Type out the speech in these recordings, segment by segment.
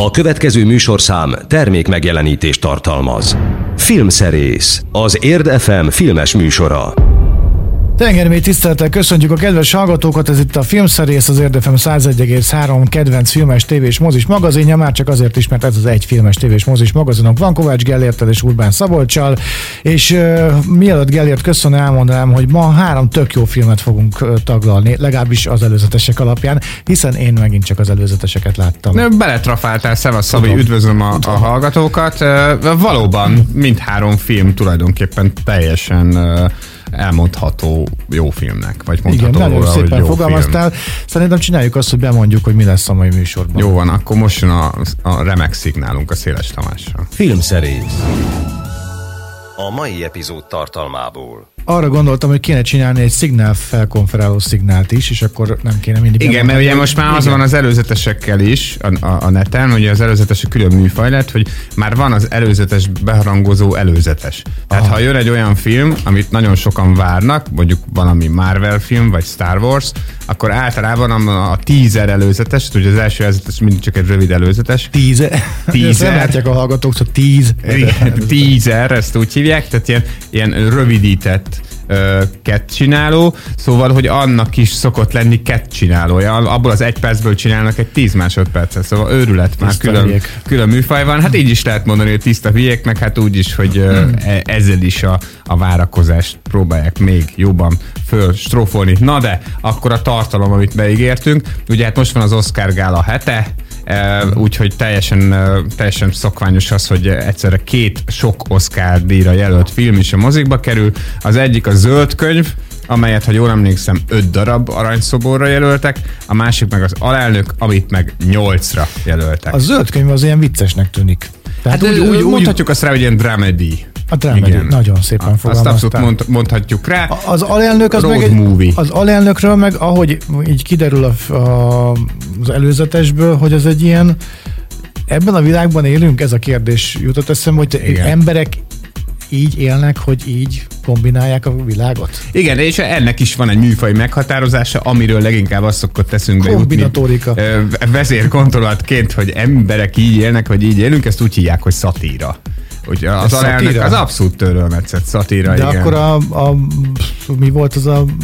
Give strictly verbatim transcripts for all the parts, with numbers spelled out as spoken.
A következő műsorszám termék megjelenítést tartalmaz. Filmszerész, az Érd ef em filmes műsora. Tengermély tisztelettel köszöntjük a kedves hallgatókat, ez itt a Filmszerész, az Érd ef em száz egy egész három kedvenc filmes tévés mozis magazinja, már csak azért is, mert ez az egy filmes tévés mozis magazinunk van, Kovács Gellérttel és Urbán Szabolccsal, és uh, mielőtt Gellért köszönöm, elmondanám, hogy ma három tök jó filmet fogunk uh, taglalni, legalábbis az előzetesek alapján, hiszen én megint csak az előzeteseket láttam. Beletrafáltál, szevasz Szabi, üdvözlöm a, a hallgatókat. Uh, valóban mindhárom film tulajdonképpen teljesen uh, elmondható jó filmnek, vagy mondható igen, róla, szépen hogy jó fogalmaztál. Film. Szerintem csináljuk azt, hogy bemondjuk, hogy mi lesz a mai műsorban. Jó van, akkor most jön a, a remek szignálunk a Széles Tamással. Filmszerész. A mai epizód tartalmából. Arra gondoltam, hogy kéne csinálni egy szignál felkonferáló szignált is, és akkor nem kéne mindig... Igen, mert ugye most már igen. Az van az előzetesekkel is a, a, a neten, ugye az előzetes külön műfaj lett, hogy már van az előzetes beharangozó előzetes. Tehát aha. Ha jön egy olyan film, amit nagyon sokan várnak, mondjuk valami Marvel film, vagy Star Wars, akkor általában a, a teaser előzetes, ugye az első előzetes mindig csak egy rövid előzetes. Teaser? Teaser. Nem látják a hallgatók, szóval tease. Teaser, ezt úgy hívják, tehát ilyen, ilyen rövidített kett csináló, szóval, hogy annak is szokott lenni kett csinálója. Abból az egy percből csinálnak egy tíz másodpercet, szóval őrület, már külön, külön műfaj van. Hát így is lehet mondani, hogy tiszta hülyék, meg hát úgy is, hogy hmm. ezzel is a, a várakozást próbálják még jobban fölstrófolni. Na de, akkor a tartalom, amit beígértünk. Ugye hát most van az Oscar gála hete, Uh, úgyhogy teljesen, uh, teljesen szokványos az, hogy egyszerre két sok Oscar díjra jelölt film is a mozikba kerül. Az egyik a Zöld könyv, amelyet, ha jól emlékszem, öt darab aranyszoborra jelöltek, a másik meg az Alelnök, amit meg nyolcra jelöltek. A Zöld könyv az ilyen viccesnek tűnik. Tehát hát úgy, úgy, úgy mondhatjuk azt rá, hogy ilyen dramedy. A dramedy, nagyon szépen fogalmaztál. Azt abszolút mond, mondhatjuk rá. Az alelnök az meg egy, az alelnökről meg, ahogy így kiderül a, a, az előzetesből, hogy ez egy ilyen, ebben a világban élünk, ez a kérdés jutott eszembe, hogy igen. Emberek így élnek, hogy így kombinálják a világot? Igen, és ennek is van egy műfaj meghatározása, amiről leginkább azt szokott teszünk bejutni vezérgondolatként, hogy emberek így élnek, vagy így élünk, ezt úgy hívják, hogy szatíra. Ugye az alelnök az abszolút törölmetszett szatíra, de igen. akkor a, a, mi volt az a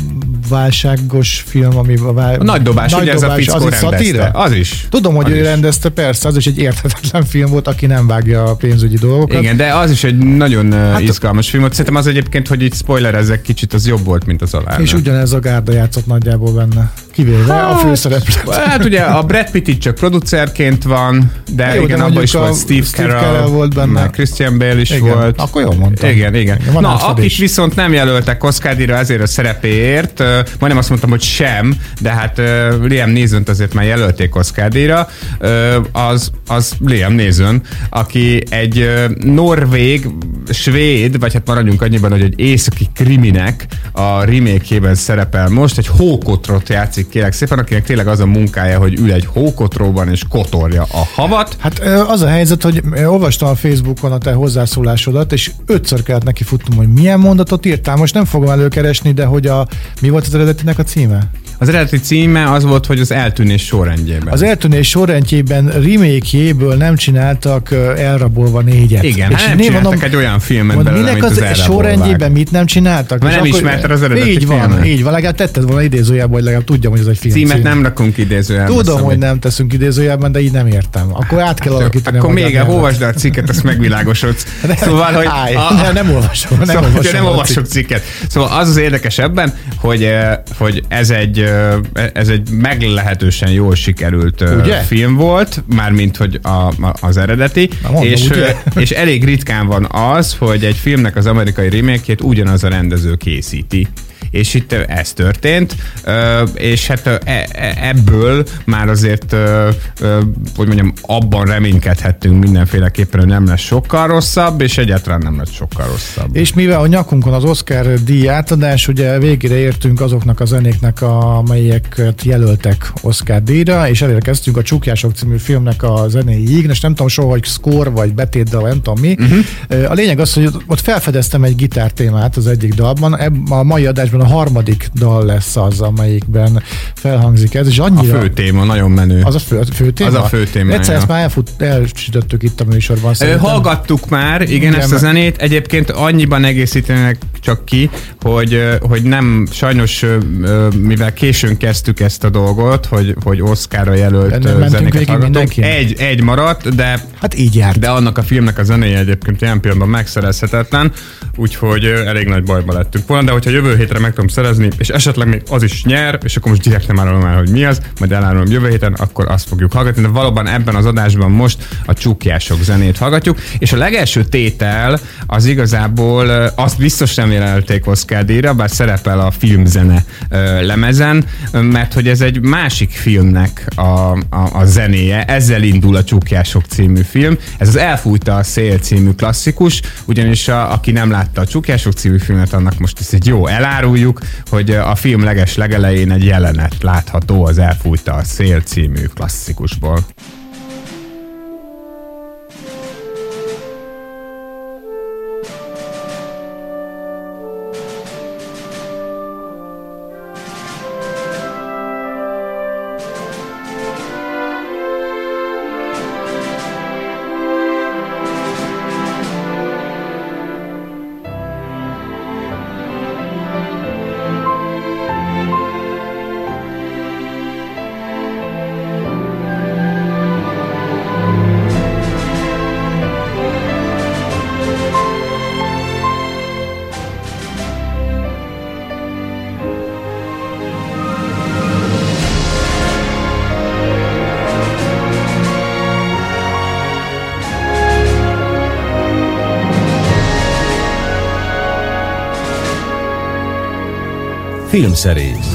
válságos film, ami a, vál... a nagy dobás, nagy ugye dobás, ez a fickó rendezte. Szatíra? Az is. Tudom, hogy az ő is. rendezte, persze, az is egy érthetetlen film volt, aki nem vágja a pénzügyi dolgokat. Igen, de az is egy nagyon hát izgalmas film volt. Szerintem az egyébként, hogy itt spoilerezzek kicsit, az jobb volt, mint az alelnök. És ugyanez a gárda játszott nagyjából benne. Kivéve hát, a főszereplőt. Hát ugye a Brad Pitt itt csak producerként van, de jó, igen, abban is volt Steve, Steve Carell, Carell volt benne. Christian Bale is igen, volt. Akkor jól mondtam. Igen, igen. igen na, akit viszont nem jelöltek Oscar-díjra ezért a szerepéért, majdnem azt mondtam, hogy sem, de hát uh, Liam Neeson-t azért már jelölték Oscar-díjra, uh, az, az Liam Neeson, aki egy uh, norvég, svéd, vagy hát maradjunk annyiban, hogy egy északi kriminek a remake-jében szerepel most, egy hókotrot játszik, kérlek szépen, akinek tényleg az a munkája, hogy ül egy hókotróban és kotorja a havat. Hát az a helyzet, hogy olvastam a Facebookon a te hozzászólásodat, és ötször kellett neki futnom, hogy milyen mondatot írtál. Most nem fogom előkeresni, de hogy a, mi volt az eredetinek a címe? Az eredeti címe az volt, hogy az Eltűnés sorrendjében. Az Eltűnés sorrendjében remake-jéből nem csináltak Elrabolva négyet. Igen, hát nem csináltak mondom, egy olyan filmet mondom, belőle, minek mint az, az sorrendjében mit nem csináltak? Mert nem ismerted az eredeti így van, filmet. Így van, legalább tetted volna idézőjelben, hogy legalább tudjam, hogy ez egy film. Címet cím. Nem rakunk idézőjelben. Tudom, szabad. Hogy nem teszünk idézőjelben, de így nem értem. Akkor át kell alakítani. Akkor még olvasd a cikket, azt megvilágosodsz. Szóval, hogy állj, a, nem olvasom. Nem szóval, olvasom, nem olvasok cikket. Szóval az az érdekes ebben, hogy, hogy ez egy ez egy meglehetősen jól sikerült ugye? Film volt, mármint, hogy a, a, az eredeti, mondom, és, és elég ritkán van az, hogy egy filmnek az amerikai remake-jét ugyanaz a rendező készíti. És itt ez történt, és hát ebből már azért, hogy mondjam, abban reménykedhettünk mindenféleképpen, hogy nem lesz sokkal rosszabb, és egyáltalán nem lesz sokkal rosszabb. És mivel a nyakunkon az Oscar díj átadás, ugye végére értünk azoknak a zenéknek, amelyeket jelöltek Oscar díjra, és elérkeztünk a Csukjások című filmnek a zenéig, és nem tudom soha, hogy score vagy betétdal, nem tudom mi. Uh-huh. A lényeg az, hogy ott felfedeztem egy gitártémát az egyik dalban, a mai adásban filmben a harmadik dal lesz az, amelyikben felhangzik ez, és annyira... A fő téma, nagyon menő. Az a fő, fő téma? Az a fő téma. Egyszer ezt már elfut, elsütöttük itt a műsorban. Szerintem. Hallgattuk már, igen, igen, ezt a zenét. Egyébként annyiban egészítenek csak ki, hogy, hogy nem, sajnos, mivel későn kezdtük ezt a dolgot, hogy, hogy Oscarra jelölt zenéket hallgatunk. Egy, egy maradt, de, hát így járt. De annak a filmnek a zenéje egyébként ilyen pillanatban megszerezhetetlen, úgyhogy elég nagy bajba lettünk volna, de hogyha jövő hétre meg tudom szerezni, és esetleg még az is nyer, és akkor most direkt nem árulom el, hogy mi az, majd elárulom jövő héten, akkor azt fogjuk hallgatni, de valóban ebben az adásban most a csúkjások zenét hallgatjuk, és a legelső tétel az igazából azt biztos nem jelölték Oscar-díjra, bár szerepel a filmzene lemezen, mert hogy ez egy másik filmnek a, a, a zenéje, ezzel indul a Csúkjások című film. Ez az Elfújta a szél című klasszikus, ugyanis a, aki nem látta a Csúkjások című filmet, annak most ezt egy jó eláruljuk, hogy a film leges legelején egy jelenet látható az Elfújta a szél című klasszikusból. Filmszerész.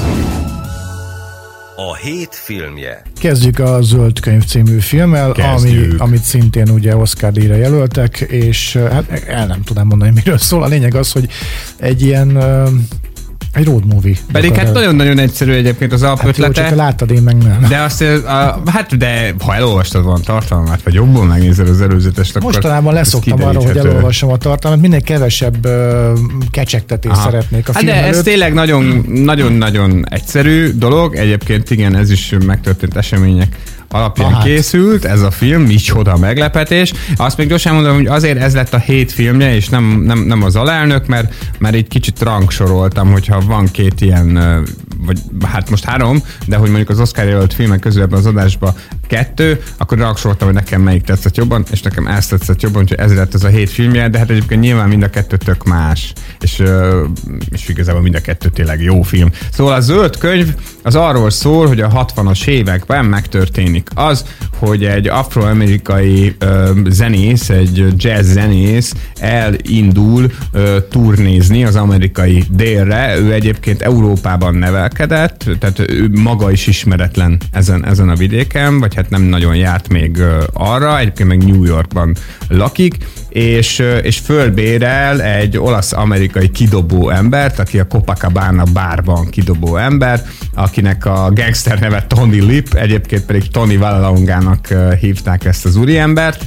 A hét filmje. Kezdjük a Zöld könyv című filmmel, ami, amit szintén ugye Oscar-díjra jelöltek, és hát el nem tudom mondani, miről szól. A lényeg az, hogy egy ilyen egy road movie. Pedig hát nagyon-nagyon egyszerű egyébként az alapötlete. Hát jó, csak láttad, én meg nem. De azt, a, hát de ha elolvastad van tartalmát, vagy jobban megnézed az előzetest, akkor mostanában leszoktam arra, hogy elolvasom a tartalmat, minél kevesebb uh, kecsegtetést szeretnék a hát film de előtt. Ez tényleg nagyon-nagyon egyszerű dolog, egyébként igen, ez is megtörtént események alapján hát. készült ez a film, micsoda meglepetés. Azt még gyorsan mondom, hogy azért ez lett a hét filmje, és nem, nem, nem az alelnök, mert, mert egy kicsit rangsoroltam, hogyha van két ilyen, vagy hát most három, de hogy mondjuk az Oscar jelölt filmek közül ebben az adásban kettő, akkor rangsoroltam, hogy nekem melyik tetszett jobban, és nekem ezt tetszett jobban, úgyhogy ez lett ez a hét filmje, de hát egyébként nyilván mind a kettő tök más, és, és igazából mind a kettő tényleg jó film. Szóval a Zöld könyv az arról szól, hogy a hatvanas években megtörténik az, hogy egy afroamerikai ö, zenész, egy jazz zenész elindul ö, turnézni az amerikai délre. Ő egyébként Európában nevelkedett, tehát ő maga is ismeretlen ezen, ezen a vidéken, vagy hát nem nagyon járt még ö, arra, egyébként meg New Yorkban lakik, és, és fölbérel egy olasz-amerikai kidobó embert, aki a Copacabana bárban kidobó ember, akinek a gangster neve Tony Lip, egyébként pedig Tony Vallelongának hívták ezt az úriembert,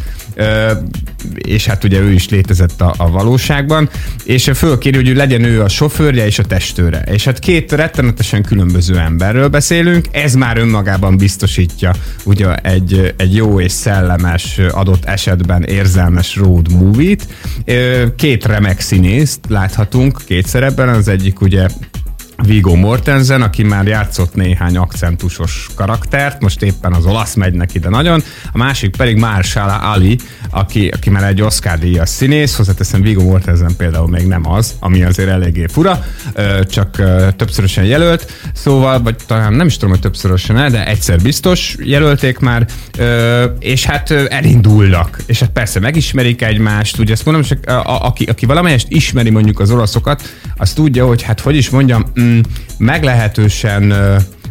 és hát ugye ő is létezett a, a valóságban, és fölkéri, hogy legyen ő a sofőrje és a testőre. És hát két rettenetesen különböző emberről beszélünk, ez már önmagában biztosítja ugye egy, egy jó és szellemes, adott esetben érzelmes road movie-t. Két remek színészt láthatunk két szerepben, az egyik ugye Viggo Mortensen, aki már játszott néhány akcentusos karaktert, most éppen az olasz megy neki, de nagyon. A másik pedig Mahershala Ali, aki, aki már egy Oscar-díjas színész, hozzáteszem Viggo Mortensen például még nem az, ami azért eléggé fura, csak többszörösen jelölt, szóval, vagy talán nem is tudom, hogy többszörösen, de egyszer biztos jelölték már, és hát elindulnak, és hát persze megismerik egymást, ugye ezt mondom, csak a, a, aki, aki valamelyest ismeri mondjuk az olaszokat, az tudja, hogy hát hogy is mondjam, mm, meglehetősen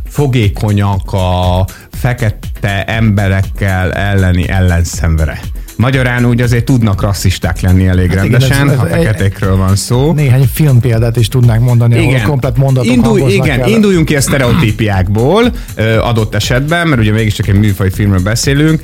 fogékonyak a fekete emberekkel elleni ellenszenvere. magyarán úgy azért tudnak rasszisták lenni elég hát rendesen, igen, ez, ez, ha feketékről van szó. Néhány filmpéldát is tudnánk mondani, igen. ahol komplet mondatok Indul, Igen, el. Induljunk ki a sztereotípiákból adott esetben, mert ugye mégiscsak egy műfaj filmről beszélünk,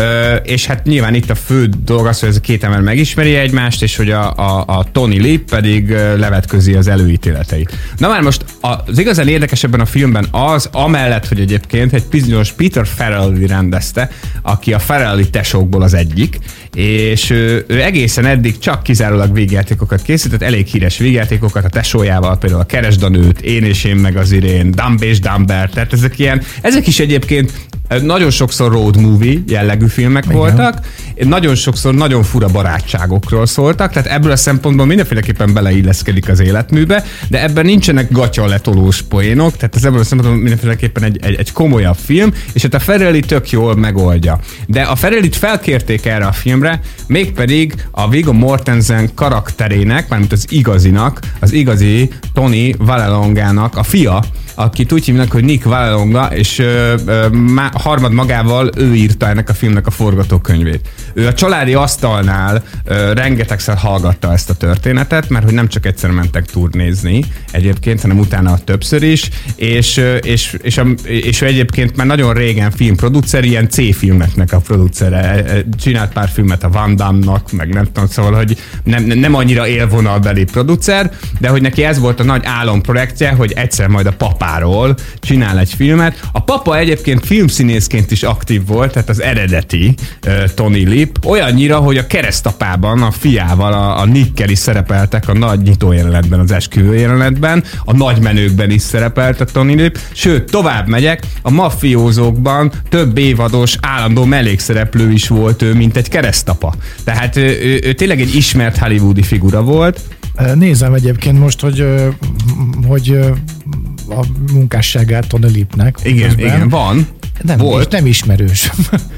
és hát nyilván itt a fő dolog az, hogy ez a két ember megismeri egymást, és hogy a, a, a Tony Lip pedig levetközi az előítéleteit. Na már most az igazán érdekes ebben a filmben az, amellett, hogy egyébként egy bizonyos Peter Farrelly rendezte, aki a Farrelly tesókból az egyik, és ő, ő egészen eddig csak kizárólag végjátékokat készített, elég híres végjátékokat a tesójával, például a Keresd a nőt, Én és én meg az Irén, Dumb és Dumber, tehát ezek ilyen, ezek is egyébként nagyon sokszor road movie jellegű filmek igen. voltak, nagyon sokszor nagyon fura barátságokról szóltak, tehát ebből a szempontból mindenféleképpen beleilleszkedik az életműbe, de ebben nincsenek gatyaletolós poénok, tehát ez ebből a szempontból mindenféleképpen egy, egy, egy komolyabb film, és hát a Farrelly tök jól megoldja. De a Farrellyt felkérték erre a filmre, mégpedig a Viggo Mortensen karakterének, mármint az igazinak, az igazi Tony Vallelongának a fia, akit úgy hívnak, hogy Nick Vallelonga, és ö, ö, má, harmad magával ő írta ennek a filmnek a forgatókönyvét. Ő a családi asztalnál ö, rengetegszer hallgatta ezt a történetet, mert hogy nem csak egyszer mentek turnézni egyébként, hanem utána többször is, és, ö, és, és, a, és ő egyébként már nagyon régen filmproducer, ilyen C-filmeknek a producere. Csinált pár filmet a Van Damme-nak, meg nem tudom, szóval, hogy nem, nem annyira élvonalbeli producer, de hogy neki ez volt a nagy álomprojektje, hogy egyszer majd a papáról csinál egy filmet. A papa egyébként filmszínészként is aktív volt, tehát az eredeti uh, Tony Lip, olyannyira, hogy a Keresztapában a fiával, a, a Nickkel is szerepeltek a nagy nyitójelenetben, az esküvő jelenetben, a nagymenőkben is szerepelt a Tony Lip, sőt, tovább megyek, a Mafiózókban több évados állandó mellékszereplő is volt ő, mint egy keresztapa. Tehát ő, ő, ő tényleg egy ismert hollywoodi figura volt. Nézem egyébként most, hogy, hogy a munkásságát Tony Lipnek. Igen, közben. igen, van. Nem, volt. Nem ismerős.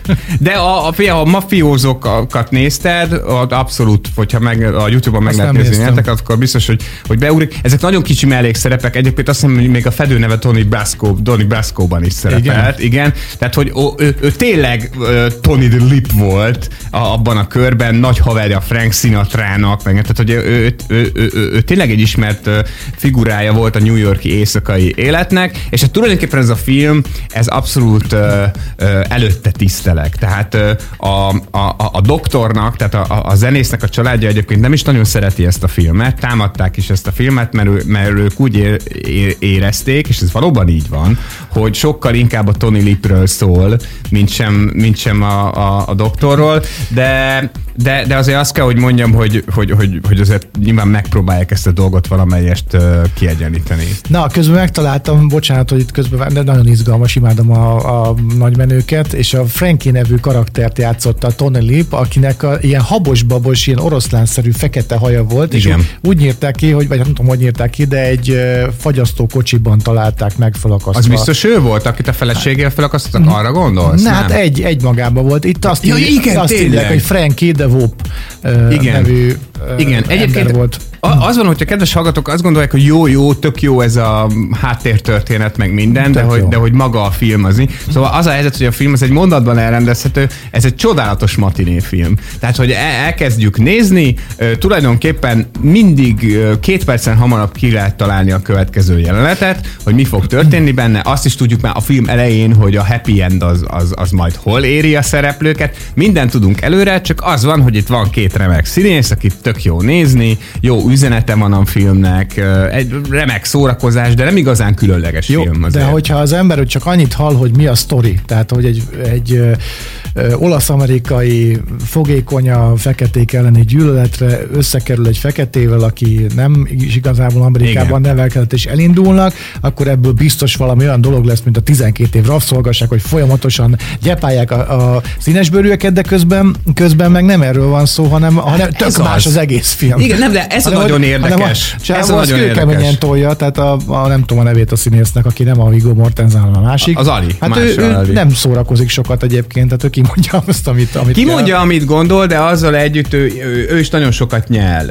De a, a, a mafiózókat nézted, abszolút, hogyha meg, a YouTube-on meg lehet nézni értek, akkor biztos, hogy, hogy beugrik. Ezek nagyon kicsi mellékszerepek, egyébként azt hiszem, hogy még a fedőneve Tony Brasco, Donnie Brasco-ban is szerepelt. Igen. igen. Tehát, hogy ó, ő, ő tényleg uh, Tony the Lip volt a, abban a körben, nagy haverja Frank Sinatrának, meg, tehát, hogy ő, ő, ő, ő, ő, ő tényleg egy ismert uh, figurája volt a New York-i éjszakai életnek, és hát tulajdonképpen ez a film, ez abszolút Ö, ö, előtte tisztelek. Tehát ö, a, a, a doktornak, tehát a, a zenésznek a családja egyébként nem is nagyon szereti ezt a filmet, támadták is ezt a filmet, mert, ő, mert ők úgy é, é, érezték, és ez valóban így van, hogy sokkal inkább a Tony Lipről szól, mint sem, mint sem a, a, a doktorról, de, de, de azért azt kell, hogy mondjam, hogy, hogy, hogy, hogy azért nyilván megpróbálják ezt a dolgot valamelyest uh, kiegyenlíteni. Na, közben megtaláltam, bocsánat, hogy itt közben, de nagyon izgalmas, imádom a, a nagymenőket, és a Frankie nevű karaktert játszotta a Tony Lip, akinek a, ilyen habos-babos, ilyen oroszlánszerű fekete haja volt, igen. és úgy, úgy nyírták ki, hogy, vagy nem tudom, hogy nyírták ki, de egy uh, fagyasztó kocsiban találták meg felakasztva. Az biztos ő volt, akit a feleségével felakasztottak, arra gondolsz? Na, hát egy, egy magában volt. Itt azt ja, így, igen, azt írják, hogy Frankie de Wop uh, igen. nevű uh, igen. Egyébként volt. Az van, hogyha kedves hallgatók azt gondolják, hogy jó, jó, tök jó ez a háttértörténet, meg minden, de hogy, de hogy maga a film az. Szóval az a helyzet, hogy a film az egy mondatban elrendezhető, ez egy csodálatos matinéfilm. Tehát, hogy elkezdjük nézni, tulajdonképpen mindig két percen hamarabb ki lehet találni a következő jelenetet, hogy mi fog történni benne. Azt is tudjuk már a film elején, hogy a happy end az, az, az majd hol éri a szereplőket. Mindent tudunk előre, csak az van, hogy itt van két remek színész, akit tök jó nézni, jó üzenete van a filmnek, egy remek szórakozás, de nem igazán különleges jó, film azért. De hogyha az ember csak annyit hall, hogy mi a sztori, tehát hogy egy, egy ö, ö, olasz-amerikai fogékonya feketék elleni gyűlöletre összekerül egy feketével, aki nem is igazából Amerikában igen. nevelkedett, és elindulnak, akkor ebből biztos valami olyan dolog lesz, mint a tizenkét év rabszolgaság, hogy folyamatosan gyepálják a, a színesbőrűeket, de közben, közben meg nem erről van szó, hanem, hanem tök más az. az egész film. Igen, nem, de ez hanem, nagyon érdekes. A, ez az kőkeményen tolja, tehát a, a, nem tudom a nevét a színésznek, aki nem a Viggo Mortensen, hanem a másik. Az Ali. Hát ő, ő Ali. nem szórakozik sokat egyébként, tehát ő kimondja azt, amit, amit Ki mondja, amit gondol, de azzal együtt ő, ő, ő is nagyon sokat nyel.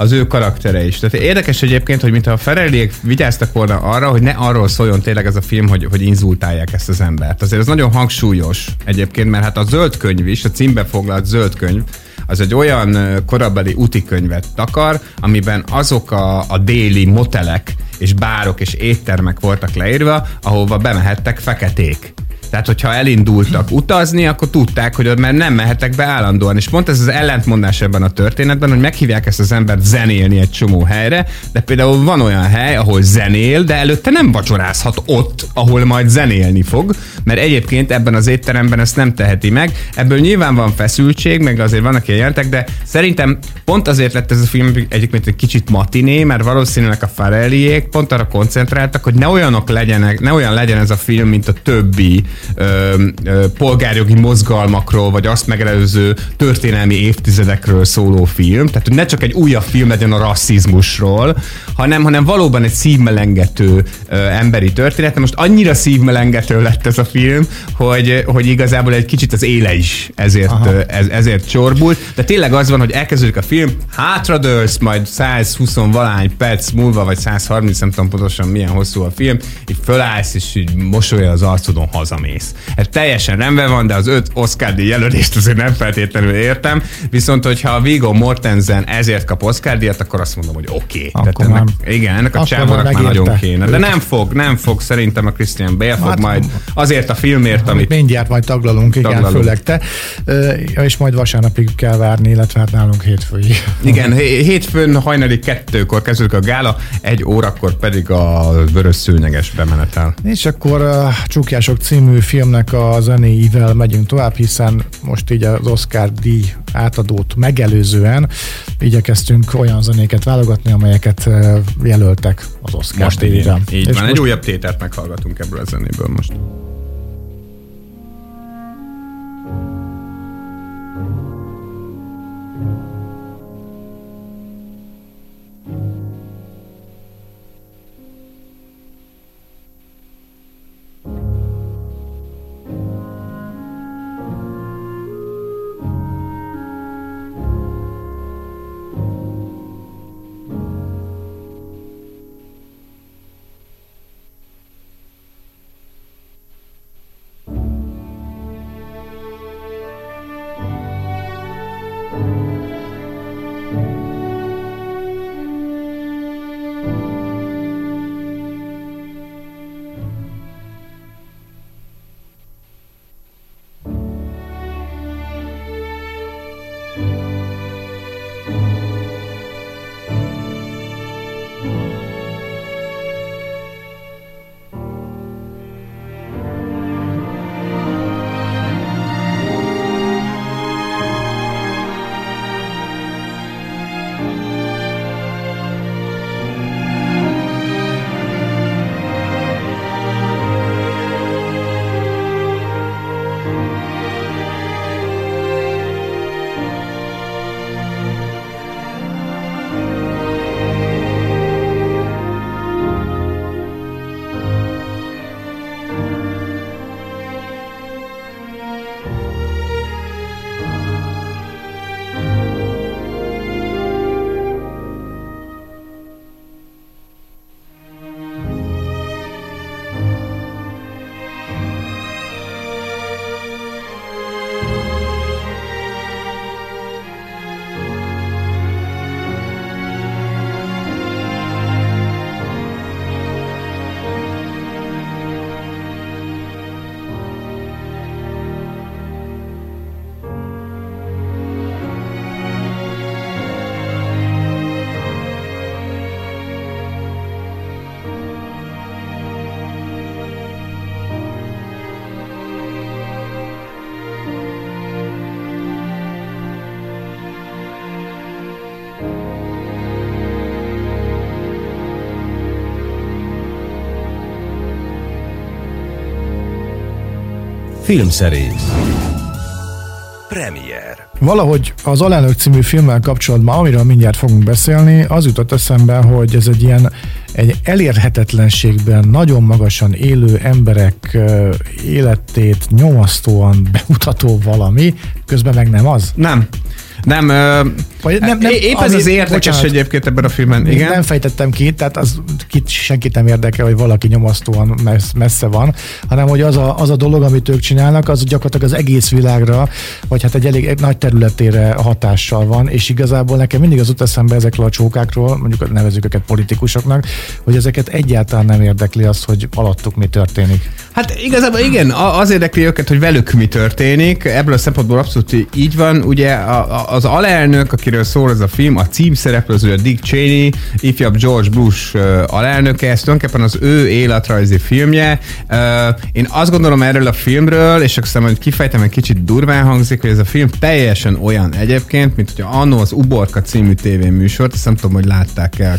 az ő karaktere is. Tehát érdekes egyébként, hogy mintha a Farrellyék vigyáztak volna arra, hogy ne arról szóljon tényleg ez a film, hogy, hogy inzultálják ezt az embert. Azért ez nagyon hangsúlyos egyébként, mert hát a zöld könyv is, a címbe foglalt zöld könyv, az egy olyan korabeli útikönyvet takar, amiben azok a, a déli motelek és bárok és éttermek voltak leírva, ahova bemehettek feketék. Tehát, hogyha elindultak utazni, akkor tudták, hogy ott már nem mehetek be állandóan. És pont ez az ellentmondás ebben a történetben, hogy meghívják ezt az embert zenélni egy csomó helyre, de például van olyan hely, ahol zenél, de előtte nem vacsorázhat ott, ahol majd zenélni fog, mert egyébként ebben az étteremben ezt nem teheti meg. Ebből nyilván van feszültség, meg azért vannak ilyen jelentek, de szerintem pont azért lett ez a film egyébként egy kicsit matiné, mert valószínűleg a Farrellyék pont arra koncentráltak, hogy ne olyanok legyenek, ne olyan legyen ez a film, mint a többi Ö, ö, polgárjogi mozgalmakról, vagy azt megelőző történelmi évtizedekről szóló film. Tehát, hogy ne csak egy újabb film legyen a rasszizmusról, hanem, hanem valóban egy szívmelengető ö, emberi történet. Most annyira szívmelengető lett ez a film, hogy, hogy igazából egy kicsit az éle is ezért, ö, ez, ezért csorbult. De tényleg az van, hogy elkezdődik a film, hátradőlsz, majd százhúsz valány perc múlva, vagy százharminc, nem tudom pontosan milyen hosszú a film, így fölállsz, és így mosolyol az arcodon, hazamész. Ez teljesen rendben van, de az öt Oscar-díj jelölést azért nem feltétlenül értem, viszont hogyha a Viggo Mortensen ezért kap Oscar-díjat, akkor azt mondom, hogy oké. Okay. Ennek, igen, ennek a csávónak már nagyon kéne. De nem fog, nem fog, szerintem a Christian Bale fog hát, majd azért a filmért, amit... Mindjárt majd taglalunk, igen, taglalunk. Főleg te. És majd vasárnapig kell várni, illetve hát nálunk hétfőig. Igen, hétfőn hajnali kettőkor kezdődik a gála, egy órakor pedig a vörös szőnyeges bemenetel. És akkor a Csukjások című filmnek a zenéivel megyünk tovább, hiszen most így az Oscar-díj átadót megelőzően igyekeztünk olyan zenéket válogatni, amelyeket jelöltek az Oscar-díjra. Így és van, most... egy újabb tételt meghallgatunk ebből a zenéből most. Filmszerész. Premier. Valahogy az Alelnök című filmmel kapcsolatban, amiről mindjárt fogunk beszélni, az jutott eszembe, hogy ez egy ilyen egy elérhetetlenségben nagyon magasan élő emberek életét nyomasztóan bemutató valami, közben meg nem az? Nem. Nem, Vagy nem, nem, Épp ez az érdekes bocsánat, egyébként ebben a filmben. Igen? Nem fejtettem ki, tehát az kit, senkit nem érdekel, hogy valaki nyomasztóan messz, messze van, hanem hogy az a, az a dolog, amit ők csinálnak, az gyakorlatilag az egész világra, vagy hát egy elég egy nagy területére hatással van, és igazából nekem mindig az jut eszembe ezekről a csókákról, mondjuk nevezzük őket politikusoknak, hogy ezeket egyáltalán nem érdekli az, hogy alattuk mi történik. Hát igazából igen, az érdekli őket, hogy velük mi történik, ebből a szempontból abszolút így van. Ugye az alelnök, akiről szól ez a film, a címszereplő, az ugye Dick Cheney, ifjabb George Bush alelnöke, ez tulajdonképpen az ő életrajzi filmje. Én azt gondolom erről a filmről, és akkor hogy kifejtem, egy kicsit durván hangzik, hogy ez a film teljesen olyan egyébként, mint hogyha annó az Uborka című tévéműsort, ezt nem tudom, hogy látták el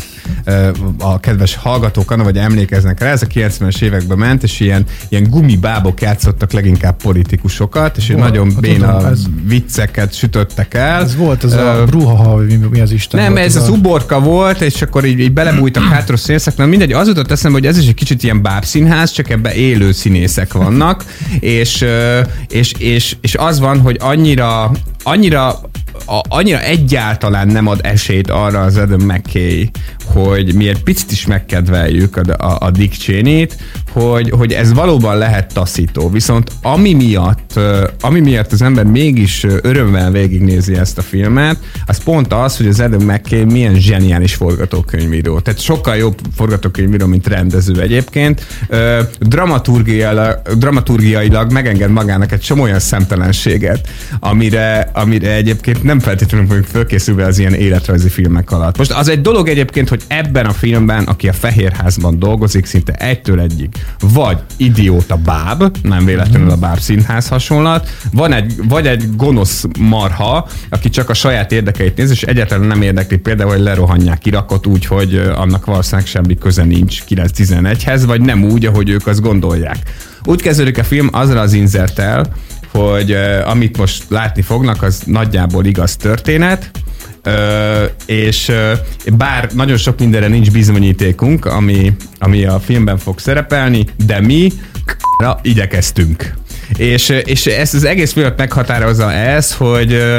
a kedves hallgatók, anna, vagy emlékeznek rá, ez a kilencvenes években ment, és ilyen, ilyen gumibábok játszottak leginkább politikusokat, és volt, nagyon béna ez... vicceket sütöttek el. Ez volt az uh, a bruhaha, mi, mi az Isten Nem, volt, ez az, az a... Uborka volt, és akkor így, így belebújtak hátra színészek, na mindegy, az jutott eszembe, hogy ez is egy kicsit ilyen bábszínház, csak ebbe élő színészek vannak, és, és, és, és az van, hogy annyira, annyira A, annyira egyáltalán nem ad esélyt arra az Adam McKay, hogy mi egy picit is megkedveljük a, a, a Dick Cheney-t, hogy, hogy ez valóban lehet taszító. Viszont ami miatt, ami miatt az ember mégis örömmel végignézi ezt a filmet, az pont az, hogy az Adam McKay milyen zseniális forgatókönyvíró. Tehát sokkal jobb forgatókönyvíró, mint rendező egyébként. Dramaturgiailag, dramaturgiailag megenged magának egy csomó olyan szemtelenséget, amire, amire egyébként nem feltétlenül vagyunk fölkészülve az ilyen életrajzi filmek alatt. Most az egy dolog egyébként, hogy ebben a filmben, aki a Fehérházban dolgozik, szinte egytől egyig, vagy idióta báb, nem véletlenül a báb színház hasonlat, van egy, vagy egy gonosz marha, aki csak a saját érdekeit néz, és egyáltalán nem érdekli például, hogy lerohanják Irakot úgy, hogy annak valószínűleg semmi köze nincs kilenc tizenegyhez, vagy nem úgy, ahogy ők azt gondolják. Úgy kezdődik a film azzal az inzerttel, hogy uh, amit most látni fognak, az nagyjából igaz történet, uh, és uh, bár nagyon sok mindenre nincs bizonyítékunk, ami, ami a filmben fog szerepelni, de mi k***ra igyekeztünk. És, és ezt az egész filmet meghatározza ez, hogy uh,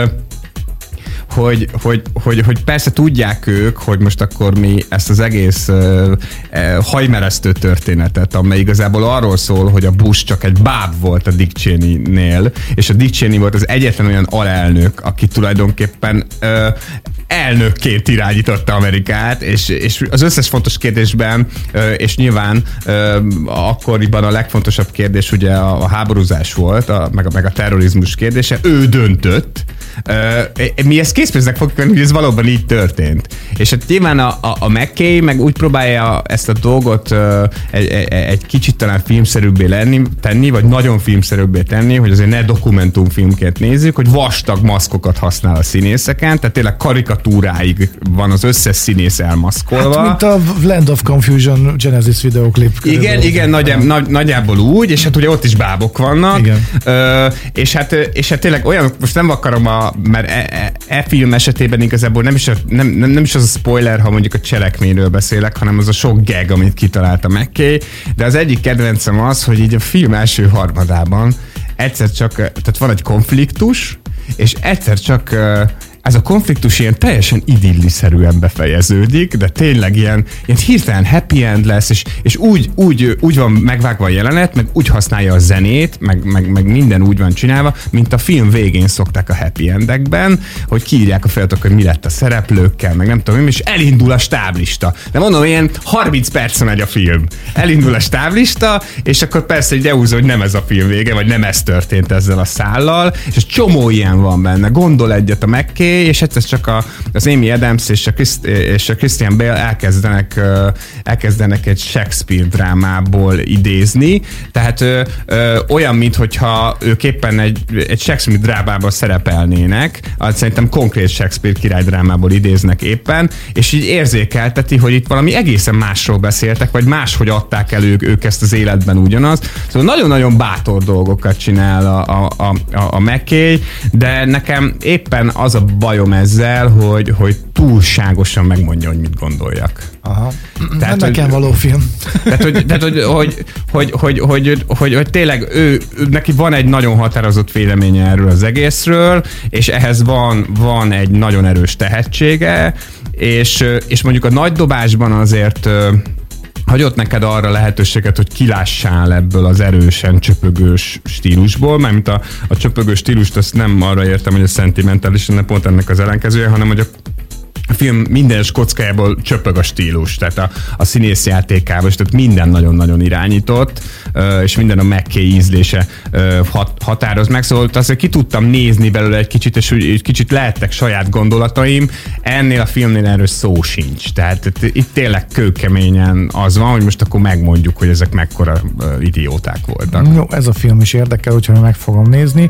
Hogy, hogy, hogy, hogy persze tudják ők, hogy most akkor mi ezt az egész uh, uh, hajmeresztő történetet, amely igazából arról szól, hogy a Bush csak egy báb volt a Dick Cheney-nél, és a Dick Cheney volt az egyetlen olyan alelnök, aki tulajdonképpen uh, elnökként irányította Amerikát, és, és az összes fontos kérdésben, uh, és nyilván uh, akkoriban a legfontosabb kérdés ugye a, a háborúzás volt, a, meg, a, meg a terrorizmus kérdése, ő döntött. Uh, mi ezt készpénznek fogjuk venni, hogy ez valóban így történt. És hát nyilván a, a, a McKay meg úgy próbálja ezt a dolgot uh, egy, egy kicsit talán filmszerűbbé lenni, tenni, vagy nagyon filmszerűbbé tenni, hogy azért ne dokumentumfilmként nézzük, hogy vastag maszkokat használ a színészeken, tehát tényleg karikatúráig van az összes színész elmaszkolva. Hát, mint a Land of Confusion Genesis videoklip. Igen, igen, nagyjá, nagy, nagyjából úgy, és hát ugye ott is bábok vannak. Igen. Uh, és, hát, és hát tényleg olyan, most nem akarom a mert e, e, e film esetében igazából nem is, a, nem, nem, nem is az a spoiler, ha mondjuk a cselekményről beszélek, hanem az a sok gag, amit kitalálta McKay, de az egyik kedvencem az, hogy így a film első harmadában egyszer csak, tehát van egy konfliktus, és egyszer csak ez a konfliktus ilyen teljesen idilliszerűen befejeződik, de tényleg ilyen, ilyen hirtelen happy end lesz, és, és úgy, úgy, úgy van megvágva a jelenet, meg úgy használja a zenét, meg, meg, meg minden úgy van csinálva, mint a film végén szokták a happy endekben, hogy kiírják a feladatok, hogy mi lett a szereplőkkel, meg nem tudom, és elindul a stáblista. De mondom, ilyen harminc percen megy a film. Elindul a stáblista, és akkor persze egy elhúzza, hogy nem ez a film vége, vagy nem ez történt ezzel a szállal, és egy csomó ilyen van benne. Gondol egyet a McKay, és egyszer csak a, az Amy Adams és a, Christ, és a Christian Bale elkezdenek, elkezdenek egy Shakespeare drámából idézni, tehát ö, ö, olyan, minthogyha ők éppen egy, egy Shakespeare drámában szerepelnének, az szerintem konkrét Shakespeare király drámából idéznek éppen, és így érzékelteti, hogy itt valami egészen másról beszéltek, vagy máshogy adták el ők, ők ezt az életben ugyanaz. Szóval nagyon-nagyon bátor dolgokat csinál a, a, a, a McKay, de nekem éppen az a bajom ezzel, hogy, hogy túlságosan megmondja, hogy mit gondoljak. Aha. Tehát, nem nekem való film. Tehát, hogy, tehát hogy, hogy, hogy, hogy, hogy, hogy, hogy tényleg ő, neki van egy nagyon határozott véleménye erről az egészről, és ehhez van, van egy nagyon erős tehetsége, és, és mondjuk a nagy dobásban azért hagyott neked arra lehetőséget, hogy kilássál ebből az erősen csöpögős stílusból, mármint a, a csöpögős stílust azt nem arra értem, hogy a szentimentális, hanem pont ennek az ellenkezője, hanem hogy a A film minden kockájából csöpög a stílus, tehát a, a színész játékában, tehát minden nagyon-nagyon irányított, és minden a McKay ízlése hat, határoz meg, szóval azért ki tudtam nézni belőle egy kicsit, és úgy kicsit lehettek saját gondolataim, ennél a filmnél erről szó sincs, tehát itt tényleg kőkeményen az van, hogy most akkor megmondjuk, hogy ezek mekkora idióták voltak. Jó, ez a film is érdekel, úgyhogy meg fogom nézni.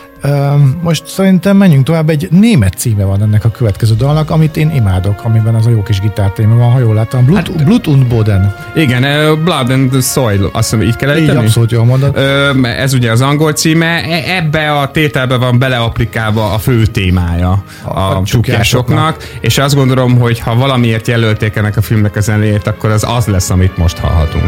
Most szerintem menjünk tovább, egy német címe van ennek a következő dalnak, amit én imádok, amiben az a jó kis gitártéma van, ha jól láttam. Blut, hát, Blut und Boden. Igen, uh, Blood and Soil, azt mondom, így kell ejteni? Így, abszolút jól mondod. Uh, ez ugye az angol címe, ebbe a tételbe van beleaplikálva a fő témája a, a csukjásoknak, és azt gondolom, hogy ha valamiért jelölték ennek a filmnek a zenéjét, akkor az az lesz, amit most hallhatunk.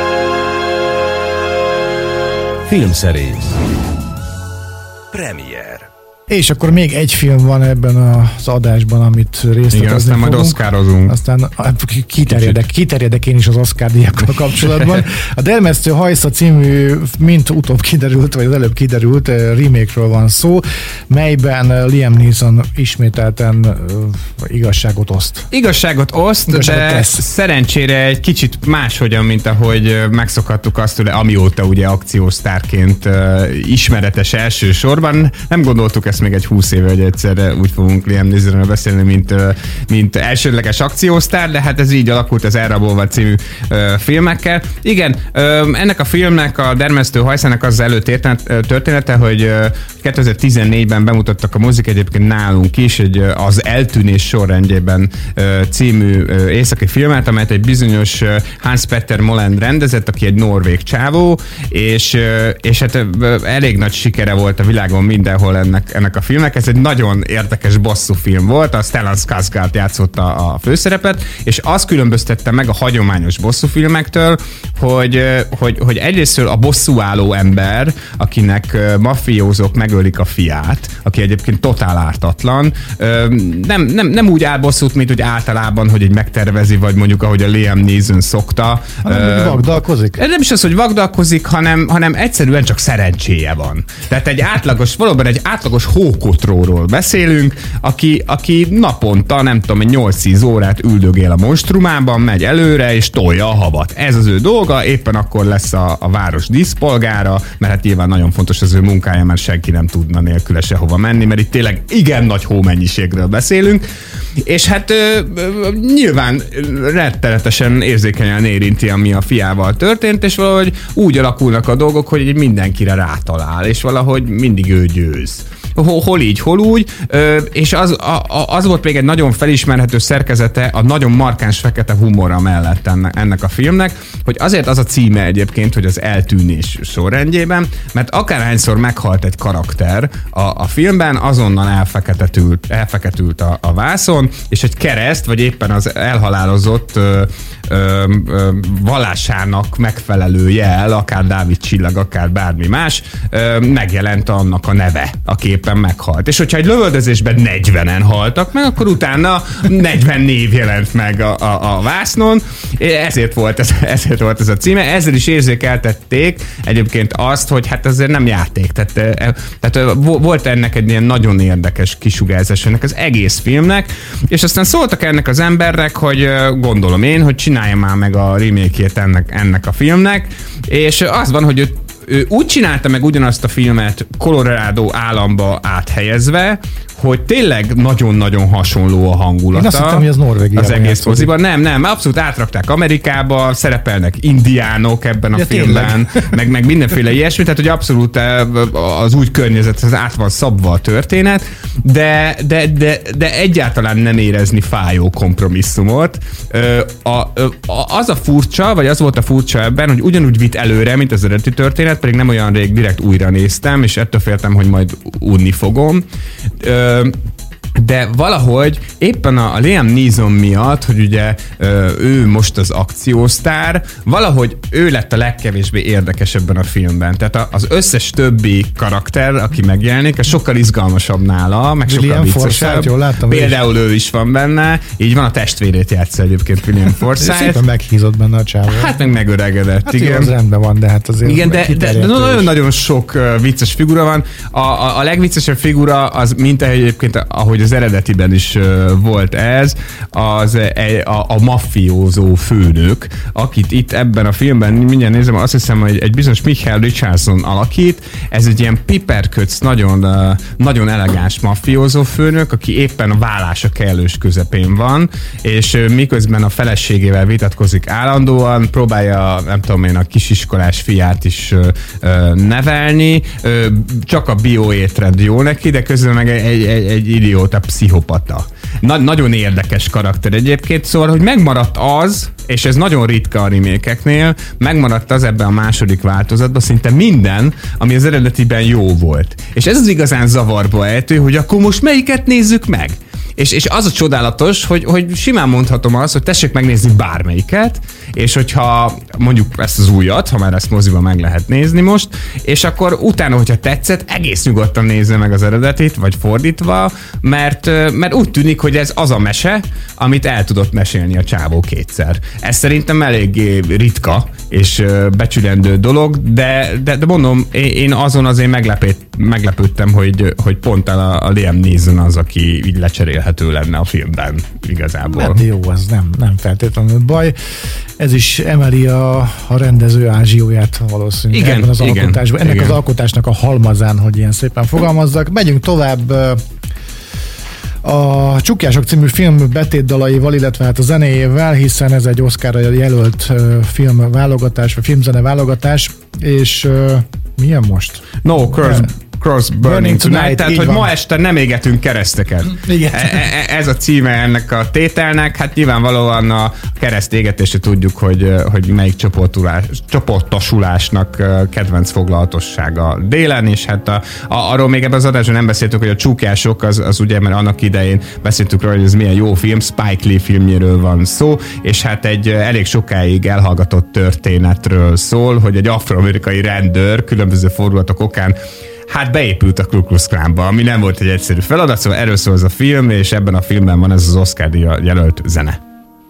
Filmszerész. Premier. És akkor még egy film van ebben az adásban, amit részletezni Igen, aztán fogunk. majd oszkározunk. Aztán kiterjedek, kiterjedek én is az Oscar díjakkal kapcsolatban. A Dermesztő hajsza című, mint utóbb kiderült, vagy az előbb kiderült, remake-ről van szó, melyben Liam Neeson ismételten uh, igazságot oszt. Igazságot oszt, igazságot de tesz. Szerencsére egy kicsit máshogyan, mint ahogy megszokhattuk azt tőle, amióta ugye akciósztárként uh, ismeretes elsősorban. Nem gondoltuk ezt még egy húsz éve, hogy egyszerre úgy fogunk Liam Neesonről beszélni, mint, mint elsődleges akciósztár, de hát ez így alakult az Elrabolva című uh, filmekkel. Igen, uh, ennek a filmnek, a Dermesztő hajszának az előtörténete, hogy uh, kétezer-tizennégyben bemutattak a mozik, egyébként nálunk is, egy, uh, az Eltűnés sorrendjében uh, című uh, északi filmet, amelyet egy bizonyos uh, Hans Petter Molend rendezett, aki egy norvég csávó, és, uh, és hát uh, elég nagy sikere volt a világon mindenhol ennek, ennek a filmnek. Ez egy nagyon érdekes bosszúfilm volt, a Stellan Skarsgård játszotta a főszerepet, és azt különböztette meg a hagyományos bosszúfilmektől, hogy, hogy, hogy egyrésztől a bosszúálló ember, akinek mafiózók megölik a fiát, aki egyébként totál ártatlan, nem, nem, nem úgy áll bosszút, mint hogy általában, hogy egy megtervezi, vagy mondjuk ahogy a Liam Neeson szokta. Hanem vagdalkozik? Nem is az, hogy vagdalkozik, hanem, hanem egyszerűen csak szerencséje van. Tehát egy átlagos, valóban egy átlagos hókotróról beszélünk, aki, aki naponta, nem tudom, nyolc-tíz órát üldögél a monstrumában, megy előre és tolja a havat. Ez az ő dolga, éppen akkor lesz a, a város díszpolgára, mert hát nyilván nagyon fontos az ő munkája, mert senki nem tudna nélküle sehova menni, mert itt tényleg igen nagy hómennyiségről beszélünk, és hát ö, ö, nyilván rettenetesen érzékenyen érinti, ami a fiával történt, és valahogy úgy alakulnak a dolgok, hogy mindenkire rátalál, és valahogy mindig ő győz. Hol így, hol úgy, és az, az volt még egy nagyon felismerhető szerkezete a nagyon markáns fekete humora mellett ennek a filmnek, hogy azért az a címe egyébként, hogy az Eltűnés sorrendjében, mert akárhányszor meghalt egy karakter a, a filmben, azonnal elfeketült, elfeketült a, a vászon, és egy kereszt, vagy éppen az elhalálozott ö, ö, ö, vallásának megfelelő jel, akár Dávid csillag, akár bármi más, ö, megjelent annak a neve a képen meghalt. És hogyha egy lövöldözésben negyvenen haltak meg, akkor utána negyven név jelent meg a, a, a vásznon. Ezért volt, ez, ezért volt ez a címe. Ezzel is érzékeltették egyébként azt, hogy hát azért nem játék. Tehát, tehát volt ennek egy ilyen nagyon érdekes kisugárzás ennek az egész filmnek, és aztán szóltak ennek az embernek, hogy gondolom én, hogy csinálja már meg a remake-ét ennek, ennek a filmnek, és az van, hogy ő Ő úgy csinálta meg ugyanazt a filmet Colorado államba áthelyezve, hogy tényleg nagyon-nagyon hasonló a hangulata. Én azt hittem, hogy az Norvégiában az egész moziban. Nem, nem, abszolút átrakták Amerikába, szerepelnek indiánok ebben a ja, filmben, meg, meg mindenféle ilyesmi, tehát hogy abszolút az úgy környezet, az át van szabva a történet, de, de, de, de egyáltalán nem érezni fájó kompromisszumot. A, a, az a furcsa, vagy az volt a furcsa ebben, hogy ugyanúgy vitt előre, mint az eredeti történet, pedig nem olyan rég direkt újra néztem, és ettől féltem, hogy majd unni fogom. De valahogy éppen a Liam Neeson miatt, hogy ugye ő most az akciósztár, valahogy ő lett a legkevésbé érdekes ebben a filmben. Tehát az összes többi karakter, aki megjelenik, sokkal izgalmasabb nála, meg sokkal viccesebb. Jól láttam, például ő is van benne, így van, a testvérét játsza egyébként William Forsythe. Szépen meghízott benne a csávó. Hát meg megöregedett, hát igen. Jó, az rendben van, de hát azért igen, de, de, de nagyon-nagyon sok uh, vicces figura van. A, a, a legviccesebb figura az, mint egyébként, ahogy az eredetiben is uh, volt ez, az e, a, a maffiózó főnök, akit itt ebben a filmben, mindjárt nézem, azt hiszem, hogy egy bizonyos Michael Richardson alakít. Ez egy ilyen piperköc, nagyon, uh, nagyon elegáns maffiózó főnök, aki éppen a vállása kellős közepén van, és uh, miközben a feleségével vitatkozik állandóan, próbálja, nem tudom én, a kisiskolás fiát is uh, uh, nevelni, uh, csak a bioétrend jó neki, de közben meg egy, egy, egy idióta pszichopata. Na, nagyon érdekes karakter egyébként, szóval, hogy megmaradt az, és ez nagyon ritka a remake-eknél, megmaradt az ebben a második változatban szinte minden, ami az eredetiben jó volt. És ez az igazán zavarba ejtő, hogy akkor most melyiket nézzük meg? És, és az a csodálatos, hogy, hogy simán mondhatom azt, hogy tessék megnézni bármelyiket, és hogyha mondjuk ezt az újat, ha már ezt moziban meg lehet nézni most, és akkor utána, hogyha tetszett, egész nyugodtan nézze meg az eredetit, vagy fordítva, mert, mert úgy tűnik, hogy ez az a mese, amit el tudott mesélni a csávó kétszer. Ez szerintem eléggé ritka és becsülendő dolog, de, de, de mondom, én azon azért meglepét, meglepődtem, hogy, hogy pont a, a Liam Neeson az, aki így lecserélhető lenne a filmben igazából. Hát jó, az nem, nem feltétlenül baj. Ez is emeli a, a rendező ázsióját valószínűleg igen, ebben az igen, alkotásban. Ennek igen. az alkotásnak a halmazán, hogy ilyen szépen fogalmazzak. Megyünk tovább a Csukjások című film betétdalaival, illetve hát a zenéjével, hiszen ez egy Oscarra jelölt film válogatás, vagy filmzene válogatás, és milyen most? No, Curse, Cross Burning, Burning Tonight, tonight tehát hogy van. Ma este nem égetünk kereszteket. Igen. E- ez a címe ennek a tételnek, hát nyilvánvalóan a kereszt égetésre tudjuk, hogy, hogy melyik csoportosulásnak kedvenc foglalatossága délen, és hát a, a, arról még ebben az adásban nem beszéltük, hogy a Csukjások, az, az ugye, mert annak idején beszéltük róla, hogy ez milyen jó film, Spike Lee filmjéről van szó, és hát egy elég sokáig elhallgatott történetről szól, hogy egy afroamerikai rendőr különböző fordulatok okán hát beépült a Ku Klux Klanba, ami nem volt egy egyszerű feladat, szóval erről szól ez a film, és ebben a filmben van ez az Oscar-díjra jelölt zene.